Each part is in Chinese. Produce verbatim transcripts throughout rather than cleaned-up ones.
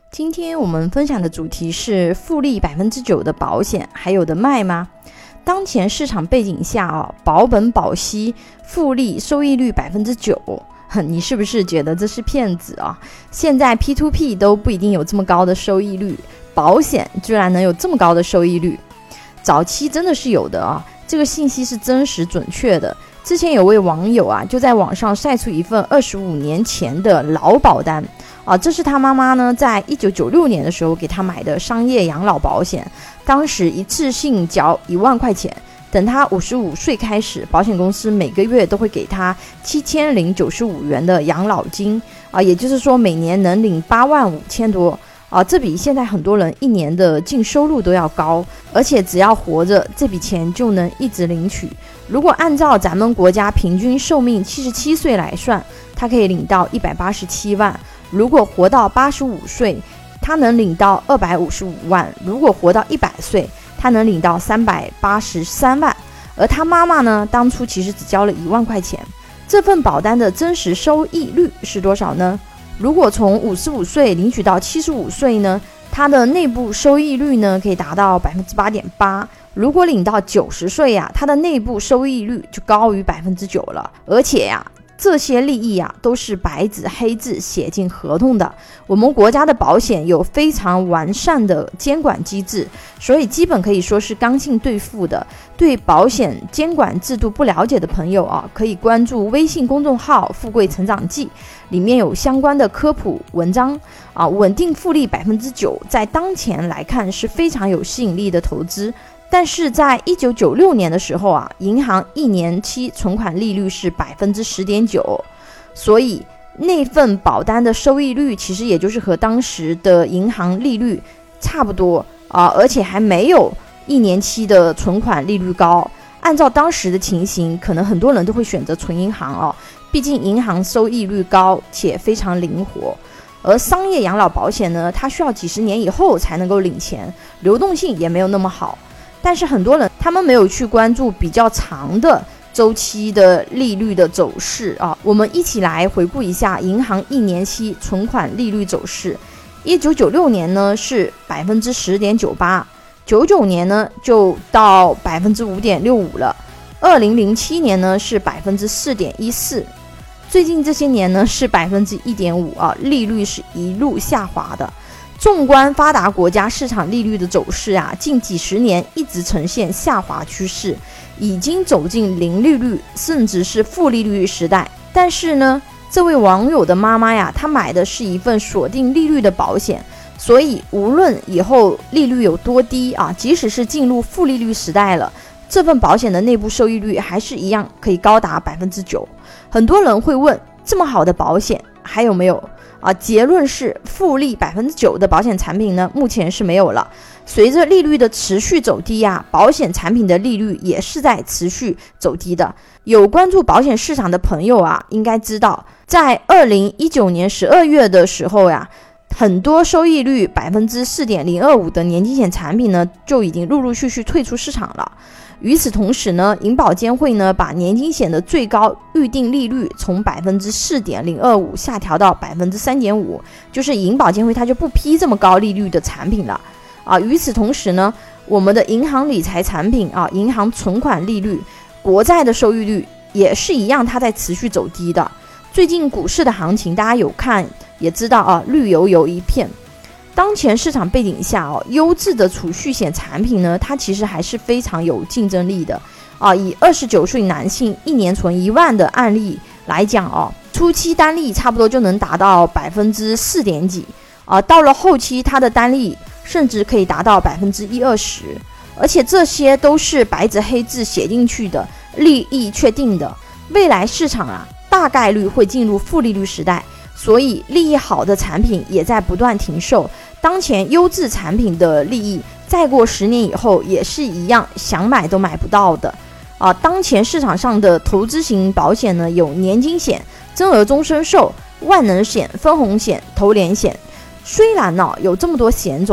今天我们分享的主题是复利百分之九的保险还有的卖吗？当前市场背景下啊，保本保息，复利收益率百分之九，你是不是觉得这是骗子啊？现在 P to P 都不一定有这么高的收益率，保险居然能有这么高的收益率？早期真的是有的啊，这个信息是真实准确的。之前有位网友啊，就在网上晒出一份二十五年前的老保单啊，这是他妈妈呢在一九九六年的时候给他买的商业养老保险，当时一次性缴一万块钱，等他五十五岁开始，保险公司每个月都会给他七千零九十五元的养老金啊，也就是说每年能领八万五千多啊，这比现在很多人一年的净收入都要高，而且只要活着，这笔钱就能一直领取。如果按照咱们国家平均寿命七十七岁来算，他可以领到一百八十七万；如果活到八十五岁，他能领到二百五十五万；如果活到一百岁，他能领到三百八十三万。而他妈妈呢，当初其实只交了一万块钱。这份保单的真实收益率是多少呢？如果从五十五岁领取到七十五岁呢，它的内部收益率呢可以达到 百分之八点八。如果领到九十岁呀，它的内部收益率就高于 百分之九 了。而且呀，这些利益啊都是白纸黑字写进合同的。我们国家的保险有非常完善的监管机制，所以基本可以说是刚性兑付的。对保险监管制度不了解的朋友啊，可以关注微信公众号富贵成长记，里面有相关的科普文章啊。稳定复利 百分之九 在当前来看是非常有吸引力的投资。但是在一九九六年的时候啊，银行一年期存款利率是 百分之十点九， 所以那份保单的收益率其实也就是和当时的银行利率差不多啊，而且还没有一年期的存款利率高。按照当时的情形，可能很多人都会选择存银行哦，毕竟银行收益率高且非常灵活。而商业养老保险呢，它需要几十年以后才能够领钱，流动性也没有那么好。但是很多人他们没有去关注比较长的周期的利率的走势啊。我们一起来回顾一下银行一年期存款利率走势。一九九六年呢是 百分之十点九八， 九九年呢就到 百分之五点六五 了，二零零七年呢是 百分之四点一四， 最近这些年呢是 百分之一点五 啊，利率是一路下滑的。纵观发达国家市场利率的走势啊，近几十年一直呈现下滑趋势，已经走进零利率甚至是负利率时代。但是呢，这位网友的妈妈呀，她买的是一份锁定利率的保险，所以无论以后利率有多低啊，即使是进入负利率时代了，这份保险的内部收益率还是一样可以高达 百分之九。 很多人会问，这么好的保险还有没有啊？结论是复利 百分之九 的保险产品呢，目前是没有了。随着利率的持续走低啊，保险产品的利率也是在持续走低的。有关注保险市场的朋友啊，应该知道，在二零一九年十二月的时候呀，很多收益率 百分之四点零二五 的年金险产品呢，就已经陆陆续续退出市场了。与此同时呢，银保监会呢把年金险的最高预定利率从 百分之四点零二五 下调到 百分之三点五， 就是银保监会它就不批这么高利率的产品了啊。与此同时呢，我们的银行理财产品啊，银行存款利率、国债的收益率也是一样，它在持续走低的。最近股市的行情大家有看也知道啊，绿油油一片。当前市场背景下哦，优质的储蓄险产品呢，它其实还是非常有竞争力的啊。以二十九岁男性一年存一万的案例来讲哦，初期单利差不多就能达到百分之四点几啊，到了后期它的单利甚至可以达到百分之一二十，而且这些都是白纸黑字写进去的，利益确定的。未来市场啊，大概率会进入负利率时代。所以利益好的产品也在不断停售，当前优质产品的利益再过十年以后也是一样，想买都买不到的啊。当前市场上的投资型保险呢，有年金险、增额终身寿、万能险、分红险、投连险。虽然呢有这么多险种，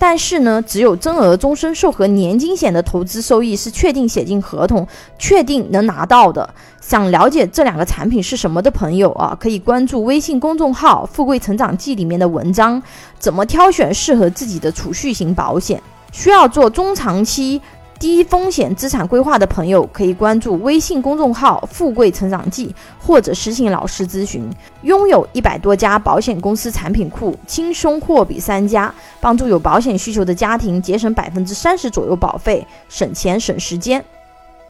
但是呢，只有增额终身寿和年金险的投资收益是确定写进合同，确定能拿到的。想了解这两个产品是什么的朋友啊，可以关注微信公众号富贵成长记里面的文章，怎么挑选适合自己的储蓄型保险。需要做中长期低风险资产规划的朋友，可以关注微信公众号富贵成长记，或者私信老师咨询。拥有一百多家保险公司产品库，轻松货比三家，帮助有保险需求的家庭节省百分之三十左右保费，省钱省时间。